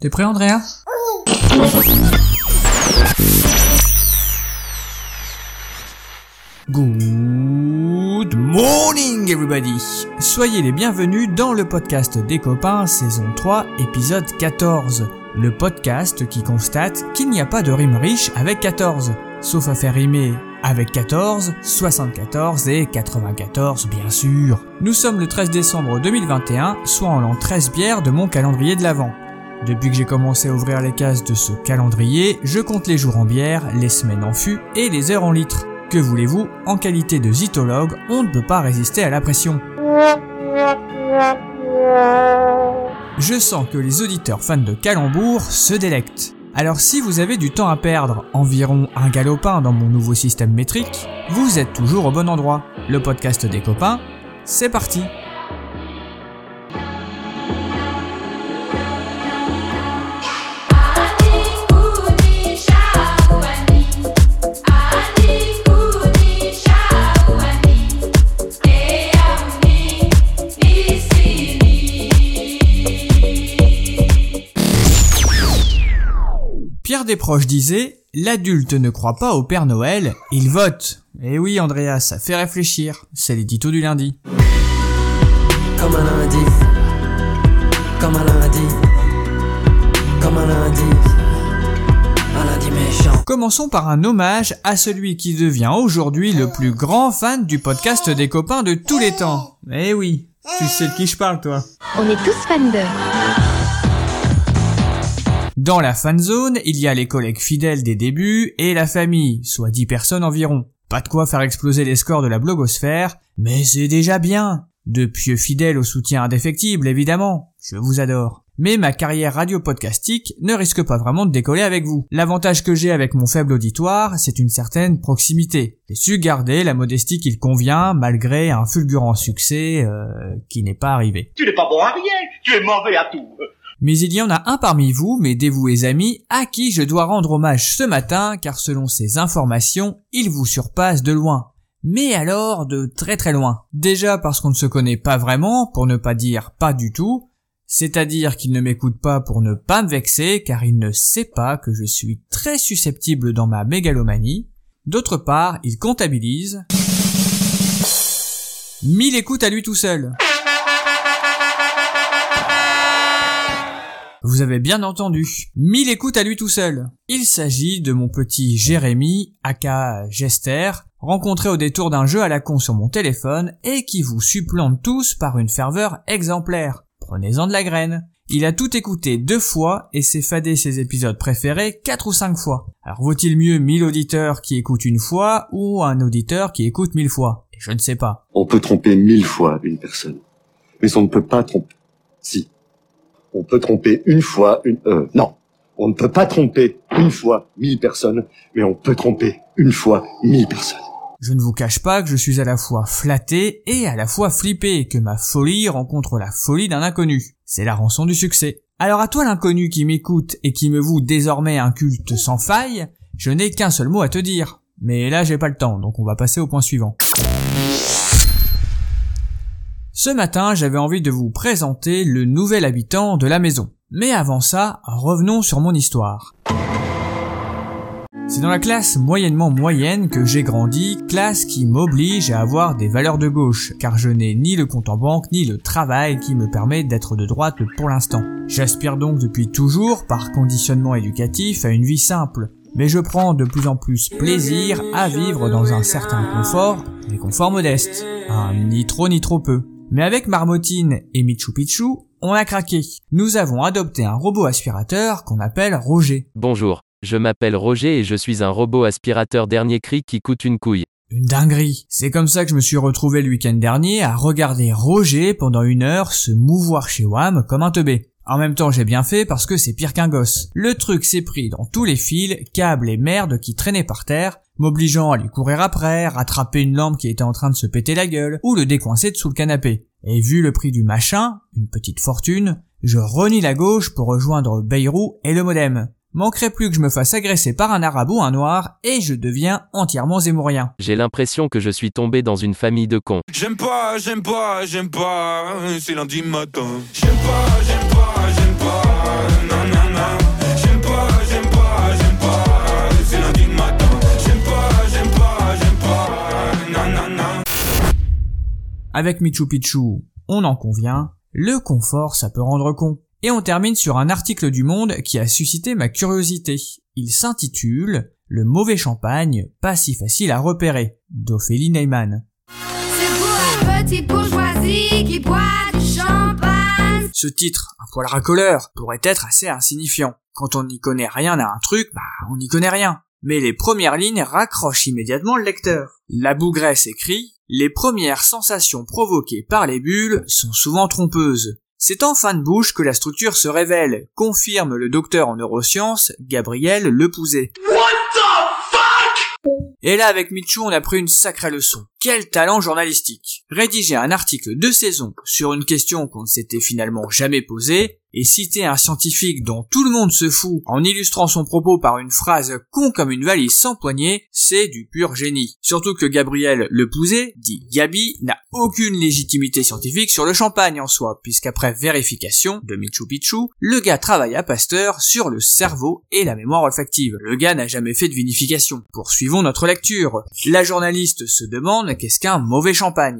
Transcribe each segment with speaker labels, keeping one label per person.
Speaker 1: T'es prêt, Andrea? Good morning everybody! Soyez les bienvenus dans le podcast des copains, saison 3, épisode 14. Le podcast qui constate qu'il n'y a pas de rime riche avec 14. Sauf à faire rimer avec 14, 74 et 94 bien sûr. Nous sommes le 13 décembre 2021, soit en l'an 13 bière de mon calendrier de l'Avent. Depuis que j'ai commencé à ouvrir les cases de ce calendrier, je compte les jours en bière, les semaines en fût et les heures en litres. Que voulez-vous, en qualité de zytologue, on ne peut pas résister à la pression. Je sens que les auditeurs fans de calembour se délectent. Alors si vous avez du temps à perdre, environ un galopin dans mon nouveau système métrique, vous êtes toujours au bon endroit. Le podcast des copains, c'est parti! Pierre Desproges disait « L'adulte ne croit pas au Père Noël, il vote ». Eh oui Andrea, ça fait réfléchir, c'est l'édito du lundi.
Speaker 2: Comme un lundi, comme un lundi, comme un lundi méchant.
Speaker 1: Commençons par un hommage à celui qui devient aujourd'hui le plus grand fan du podcast des copains de tous les temps. Eh oui, tu sais de qui je parle toi.
Speaker 3: On est tous fans de...
Speaker 1: Dans la fanzone, il y a les collègues fidèles des débuts et la famille, soit 10 personnes environ. Pas de quoi faire exploser les scores de la blogosphère, mais c'est déjà bien. De pieux fidèles au soutien indéfectible, évidemment. Je vous adore. Mais ma carrière radio-podcastique ne risque pas vraiment de décoller avec vous. L'avantage que j'ai avec mon faible auditoire, c'est une certaine proximité. J'ai su garder la modestie qu'il convient, malgré un fulgurant succès qui n'est pas arrivé.
Speaker 4: Tu n'es pas bon à rien, tu es mauvais à tout.
Speaker 1: Mais il y en a un parmi vous, mes dévoués amis, à qui je dois rendre hommage ce matin, car selon ses informations, il vous surpasse de loin. Mais alors de très très loin. Déjà parce qu'on ne se connaît pas vraiment, pour ne pas dire pas du tout, c'est-à-dire qu'il ne m'écoute pas pour ne pas me vexer, car il ne sait pas que je suis très susceptible dans ma mégalomanie. D'autre part, il comptabilise 1000 écoutes à lui tout seul. Vous avez bien entendu, 1000 écoutes à lui tout seul. Il s'agit de mon petit Jérémy, aka Gester, rencontré au détour d'un jeu à la con sur mon téléphone et qui vous supplante tous par une ferveur exemplaire. Prenez-en de la graine. Il a tout écouté 2 fois et s'est fadé ses épisodes préférés 4 ou 5 fois. Alors vaut-il mieux 1000 auditeurs qui écoutent une fois ou un auditeur qui écoute 1000 fois? Je ne sais pas.
Speaker 5: On peut tromper 1000 fois une personne, mais on ne peut pas tromper... Si. On peut tromper une fois non. On ne peut pas tromper une fois 1000 personnes, mais on peut tromper une fois 1000 personnes.
Speaker 1: Je ne vous cache pas que je suis à la fois flatté et à la fois flippé que ma folie rencontre la folie d'un inconnu. C'est la rançon du succès. Alors à toi l'inconnu qui m'écoute et qui me voue désormais un culte sans faille, je n'ai qu'un seul mot à te dire. Mais là j'ai pas le temps, donc on va passer au point suivant. Ce matin, j'avais envie de vous présenter le nouvel habitant de la maison. Mais avant ça, revenons sur mon histoire. C'est dans la classe moyennement moyenne que j'ai grandi, classe qui m'oblige à avoir des valeurs de gauche, car je n'ai ni le compte en banque ni le travail qui me permet d'être de droite pour l'instant. J'aspire donc depuis toujours, par conditionnement éducatif, à une vie simple. Mais je prends de plus en plus plaisir à vivre dans un certain confort, mais confort modeste. Ni trop ni trop peu. Mais avec Marmotine et Michou Pichou, on a craqué. Nous avons adopté un robot aspirateur qu'on appelle Roger.
Speaker 6: Bonjour, je m'appelle Roger et je suis un robot aspirateur dernier cri qui coûte une couille.
Speaker 1: Une dinguerie. C'est comme ça que je me suis retrouvé le week-end dernier à regarder Roger pendant 1 heure se mouvoir chez WAM comme un teubé. En même temps, j'ai bien fait parce que c'est pire qu'un gosse. Le truc s'est pris dans tous les fils, câbles et merdes qui traînaient par terre, m'obligeant à lui courir après, rattraper une lampe qui était en train de se péter la gueule, ou le décoincer dessous le canapé. Et vu le prix du machin, une petite fortune, je renie la gauche pour rejoindre Bayrou et le modem. Manquerait plus que je me fasse agresser par un arabe ou un noir et je deviens entièrement zémourien.
Speaker 6: J'ai l'impression que je suis tombé dans une famille de cons.
Speaker 7: J'aime pas, c'est lundi matin. J'aime pas, non.
Speaker 1: Avec Michou Pichou, on en convient, le confort ça peut rendre con. Et on termine sur un article du Monde qui a suscité ma curiosité. Il s'intitule « Le mauvais champagne, pas si facile à repérer » d'Ophélie Neyman.
Speaker 3: C'est pour un petit bourgeoisie qui boit du champagne.
Speaker 1: Ce titre, un poil racoleur, pourrait être assez insignifiant. Quand on n'y connaît rien à un truc, on n'y connaît rien. Mais les premières lignes raccrochent immédiatement le lecteur. La Bougresse écrit « Les premières sensations provoquées par les bulles sont souvent trompeuses. C'est en fin de bouche que la structure se révèle, confirme le docteur en neurosciences, Gabriel Lepouzet. » Et là, avec Michou, on a pris une sacrée leçon. Quel talent journalistique! Rédiger un article de saison sur une question qu'on ne s'était finalement jamais posée, et citer un scientifique dont tout le monde se fout en illustrant son propos par une phrase con comme une valise sans poignée, c'est du pur génie. Surtout que Gabriel Lepouzet, dit Gabi, n'a aucune légitimité scientifique sur le champagne en soi, puisqu'après vérification de Michou Pichou, le gars travaille à Pasteur sur le cerveau et la mémoire olfactive. Le gars n'a jamais fait de vinification. Poursuivons notre lecture. La journaliste se demande qu'est-ce qu'un mauvais champagne.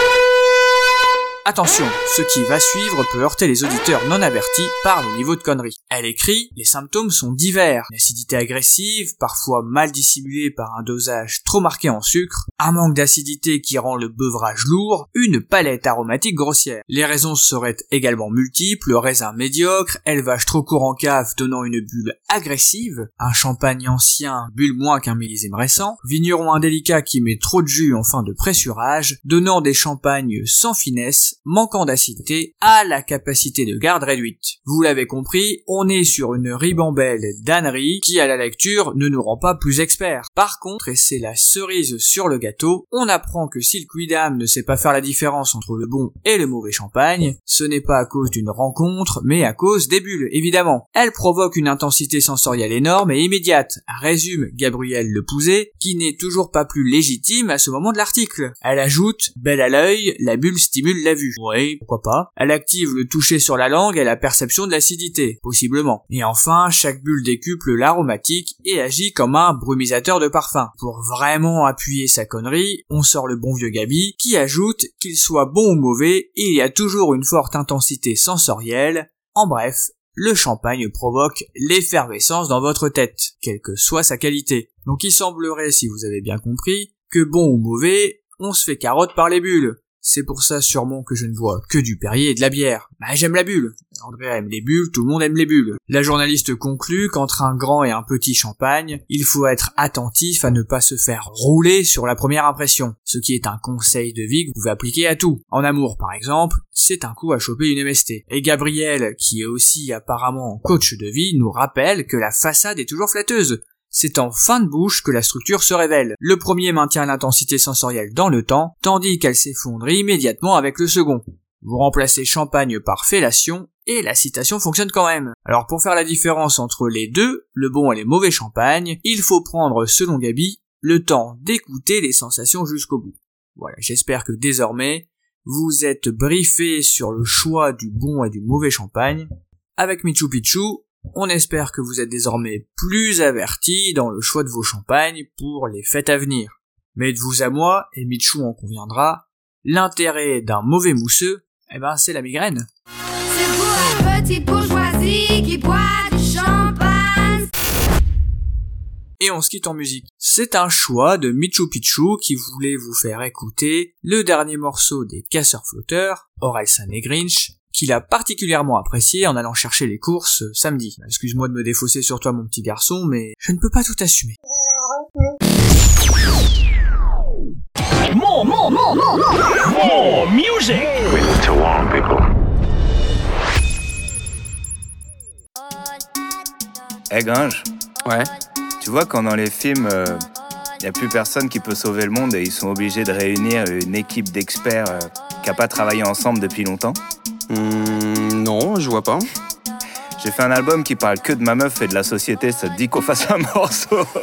Speaker 1: Attention, ce qui va suivre peut heurter les auditeurs non avertis par le niveau de connerie. Elle écrit « Les symptômes sont divers, une acidité agressive, parfois mal dissimulée par un dosage trop marqué en sucre, un manque d'acidité qui rend le beuvrage lourd, une palette aromatique grossière. Les raisons seraient également multiples, raisin médiocre, élevage trop court en cave donnant une bulle agressive, un champagne ancien, bulle moins qu'un millésime récent, vigneron indélicat qui met trop de jus en fin de pressurage, donnant des champagnes sans finesse, manquant d'acidité, à la capacité de garde réduite. Vous l'avez compris, on est sur une ribambelle d'âneries qui à la lecture ne nous rend pas plus experts. Par contre, et c'est la cerise sur le gâteau, on apprend que si le quidam ne sait pas faire la différence entre le bon et le mauvais champagne, ce n'est pas à cause d'une rencontre, mais à cause des bulles, évidemment. Elle provoque une intensité sensorielle énorme et immédiate, résume Gabriel Lepouzet, qui n'est toujours pas plus légitime à ce moment de l'article. Elle ajoute, belle à l'œil, la bulle stimule la vue. Oui, pourquoi pas. Elle active le toucher sur la langue et la perception de l'acidité, possiblement. Et enfin, chaque bulle décuple l'aromatique et agit comme un brumisateur de parfum. Pour vraiment appuyer sa connerie, on sort le bon vieux Gabi, qui ajoute qu'il soit bon ou mauvais, il y a toujours une forte intensité sensorielle. En bref, le champagne provoque l'effervescence dans votre tête, quelle que soit sa qualité. Donc il semblerait, si vous avez bien compris, que bon ou mauvais, on se fait carotte par les bulles. C'est pour ça sûrement que je ne bois que du Perrier et de la bière. J'aime la bulle. André aime les bulles, tout le monde aime les bulles. La journaliste conclut qu'entre un grand et un petit champagne, il faut être attentif à ne pas se faire rouler sur la première impression. Ce qui est un conseil de vie que vous pouvez appliquer à tout. En amour par exemple, c'est un coup à choper une MST. Et Gabriel, qui est aussi apparemment coach de vie, nous rappelle que la façade est toujours flatteuse. C'est en fin de bouche que la structure se révèle. Le premier maintient l'intensité sensorielle dans le temps, tandis qu'elle s'effondre immédiatement avec le second. Vous remplacez champagne par fellation, et la citation fonctionne quand même. Alors pour faire la différence entre les deux, le bon et les mauvais champagnes, il faut prendre, selon Gabi, le temps d'écouter les sensations jusqu'au bout. Voilà, j'espère que désormais, vous êtes briefé sur le choix du bon et du mauvais champagne. Avec Michou Pichou, on espère que vous êtes désormais plus avertis dans le choix de vos champagnes pour les fêtes à venir. Mais de vous à moi, et Michou en conviendra, l'intérêt d'un mauvais mousseux, c'est la migraine.
Speaker 3: C'est pour un petit bourgeoisie qui boit du champagne.
Speaker 1: Et on se quitte en musique. C'est un choix de Michou Pichou qui voulait vous faire écouter le dernier morceau des Casseurs Flotteurs, Orelsan et Grinch, qu'il a particulièrement apprécié en allant chercher les courses samedi. Excuse-moi de me défausser sur toi mon petit garçon, mais je ne peux pas tout assumer.
Speaker 7: More music.
Speaker 8: We need to warn people.
Speaker 9: Gringe.
Speaker 10: Ouais.
Speaker 9: Tu vois quand dans les films, y a plus personne qui peut sauver le monde et ils sont obligés de réunir une équipe d'experts qui a pas travaillé ensemble depuis longtemps.
Speaker 10: Non, je vois pas.
Speaker 9: J'ai fait un album qui parle que de ma meuf et de la société, ça te dit qu'on fasse un morceau?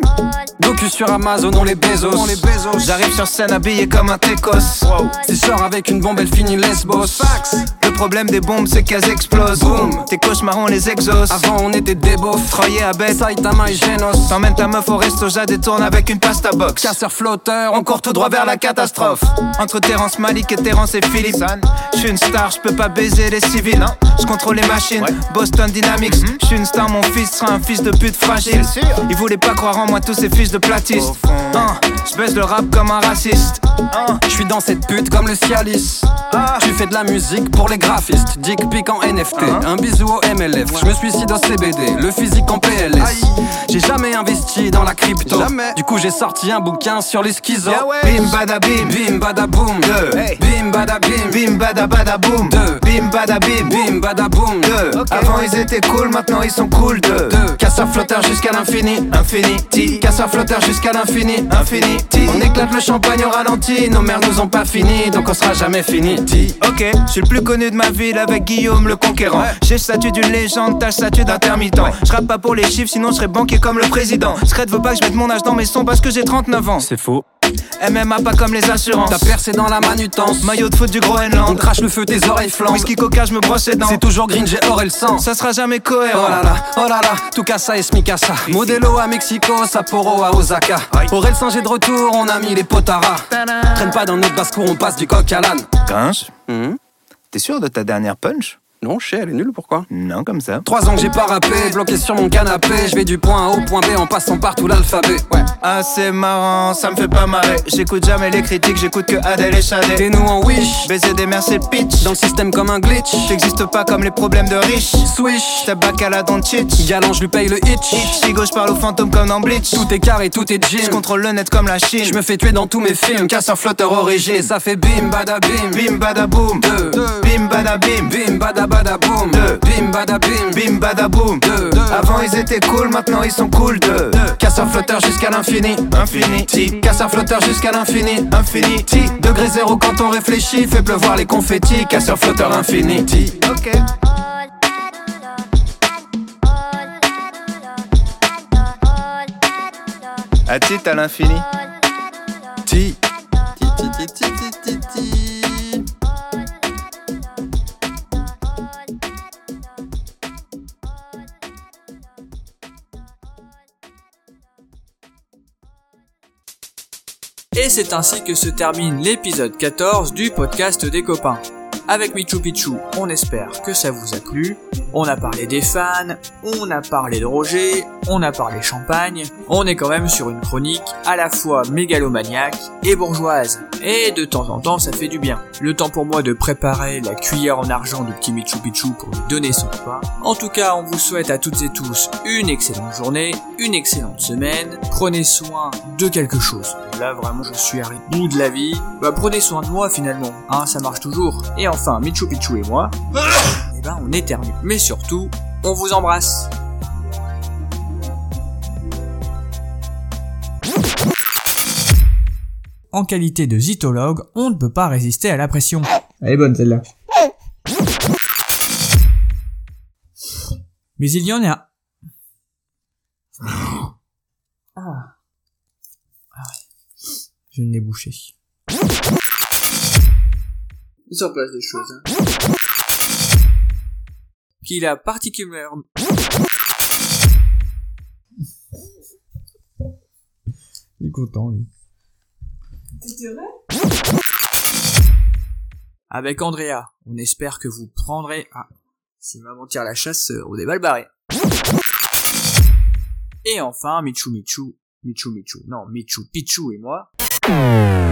Speaker 10: Docu sur Amazon, on les Bezos.
Speaker 9: J'arrive sur scène habillé comme un Tecos.
Speaker 10: Si je sors avec une bombe, elle finit Lesbos.
Speaker 9: Le problème des bombes, c'est qu'elles explosent. Boom. Tes cauchemars, on les exauce.
Speaker 10: Avant, on était des beaufs.
Speaker 9: Troyer à bête,
Speaker 10: Saitama et Genos.
Speaker 9: t'emmènes ta meuf au resto, Jade et tourne avec une pasta box.
Speaker 10: Casseur flotteur,
Speaker 9: On court tout droit vers la catastrophe. Entre Terrence Malick et Terrence et Philippe. J'suis une star, j'peux pas baiser les civils. J'contrôle les machines, Boston Dynamics. J'suis une star, mon fils sera un fils de pute fragile. Ils voulaient pas croire en moi, tous ces fils de platistes. J'baisse le rap comme un raciste.
Speaker 10: je suis dans cette pute comme le Cialis. Tu fais de la musique pour les graphistes. Dick pic en NFT, un bisou au MLF. Je me suicide au CBD, le physique en PLS. J'ai jamais investi dans la crypto. Du coup j'ai sorti un bouquin sur les schizos.
Speaker 9: Bim bada bim,
Speaker 10: Bim bada boom,
Speaker 9: Hey.
Speaker 10: bim bada bim,
Speaker 9: bim bada bada boum. Bim bada bim,
Speaker 10: bim bada boom.
Speaker 9: Avant ils étaient cool, maintenant ils sont cool.
Speaker 10: Casseur flotteur jusqu'à l'infini.
Speaker 9: Infinity,
Speaker 10: Casseur flotteur jusqu'à l'infini.
Speaker 9: infinity.
Speaker 10: On éclate le champagne au ralenti. Nos mères nous ont pas fini, donc on sera jamais fini.
Speaker 9: Ok, je suis le plus connu de ma ville avec Guillaume le Conquérant. J'ai le statut d'une légende, t'as le statut d'intermittent. Je rappe pas pour les chiffres, sinon je serais banquier comme le président. Scred veut pas que je mette mon âge dans mes sons parce que j'ai 39 ans.
Speaker 10: C'est faux.
Speaker 9: MMA pas comme les assurances.
Speaker 10: T'as percé dans la manutence.
Speaker 9: Maillot de foot du
Speaker 10: On
Speaker 9: Groenland.
Speaker 10: crache le feu, tes oreilles flambent.
Speaker 9: Whisky coca, je me brosse les dents.
Speaker 10: C'est toujours green, j'ai or et le sang.
Speaker 9: Ça sera jamais cohérent.
Speaker 10: Oh là là, tout casa et smicasa. Modelo à Mexico, Sapporo à Osaka. Aurel Singe est de retour, on a mis les potaras. Traîne pas dans notre basse-cour, on passe du coq à l'âne.
Speaker 9: Gringe, t'es sûr de ta dernière punch?
Speaker 10: Non, je sais, elle est nulle, pourquoi?
Speaker 9: Non, comme ça.
Speaker 10: 3 ans que j'ai pas rappé, bloqué sur mon canapé. Je vais du point A au point B en passant par tout l'alphabet. Ouais.
Speaker 9: Ah, c'est marrant, ça me fait pas marrer. J'écoute jamais les critiques, j'écoute que Adèle et Shadé.
Speaker 10: T'es nous en wish,
Speaker 9: Baiser des mères, c'est le pitch.
Speaker 10: dans le système comme un glitch.
Speaker 9: T'existes pas comme les problèmes de riches.
Speaker 10: Swish,
Speaker 9: T'es bac à la don't cheat.
Speaker 10: galant, je lui paye le hitch.
Speaker 9: Chigo, je parle aux fantômes comme dans Bleach.
Speaker 10: Tout est carré, tout est
Speaker 9: Je
Speaker 10: gym.
Speaker 9: contrôle le net comme la Chine.
Speaker 10: Je me fais tuer dans tous mes films. Casseur flotteur origine. Et ça fait bim bada bim.
Speaker 9: Bim bada boum. Bim bada bim.
Speaker 10: Bim bada bada boum. Bim bada bim.
Speaker 9: Bim bada boum. Avant ils étaient cool, maintenant ils sont cool.
Speaker 10: Casseur flotteur jusqu'à l'infini.
Speaker 9: Infinity.
Speaker 10: Casseur flotteur jusqu'à l'infini.
Speaker 9: Infinity.
Speaker 10: Degré zéro quand on réfléchit. Fait pleuvoir les confettis. Casseur flotteur infinity.
Speaker 9: Ok. À titre à l'infini.
Speaker 10: Ti. Ti ti ti ti ti ti ti.
Speaker 1: Et c'est ainsi que se termine l'épisode 14 du podcast des copains. Avec Michou Pichou, on espère que ça vous a plu. On a parlé des fans, on a parlé de Roger, on a parlé champagne. On est quand même sur une chronique à la fois mégalomaniaque et bourgeoise. Et de temps en temps, ça fait du bien. Le temps pour moi de préparer la cuillère en argent du petit Michou Pichou pour lui donner son repas. En tout cas, on vous souhaite à toutes et tous une excellente journée, une excellente semaine. Prenez soin de quelque chose. Là, vraiment, je suis arrivé au bout de la vie. Bah, prenez soin de moi, finalement. Hein, ça marche toujours. Et enfin, Michou Pichou et moi, eh ben, on éternue. Mais surtout, on vous embrasse. En qualité de zytologue, on ne peut pas résister à la pression. Elle est bonne celle-là. Mais il y en a... Ah. Je ne l'ai bouché. Il s'en passe des choses, hein. Qu'il a particulièrement... Il est content, lui.
Speaker 8: C'est vrai ?
Speaker 1: Avec Andrea, on espère que vous prendrez... Ah, si maman tire la chasse, on est mal barré. Et enfin, Michou Pichou et moi...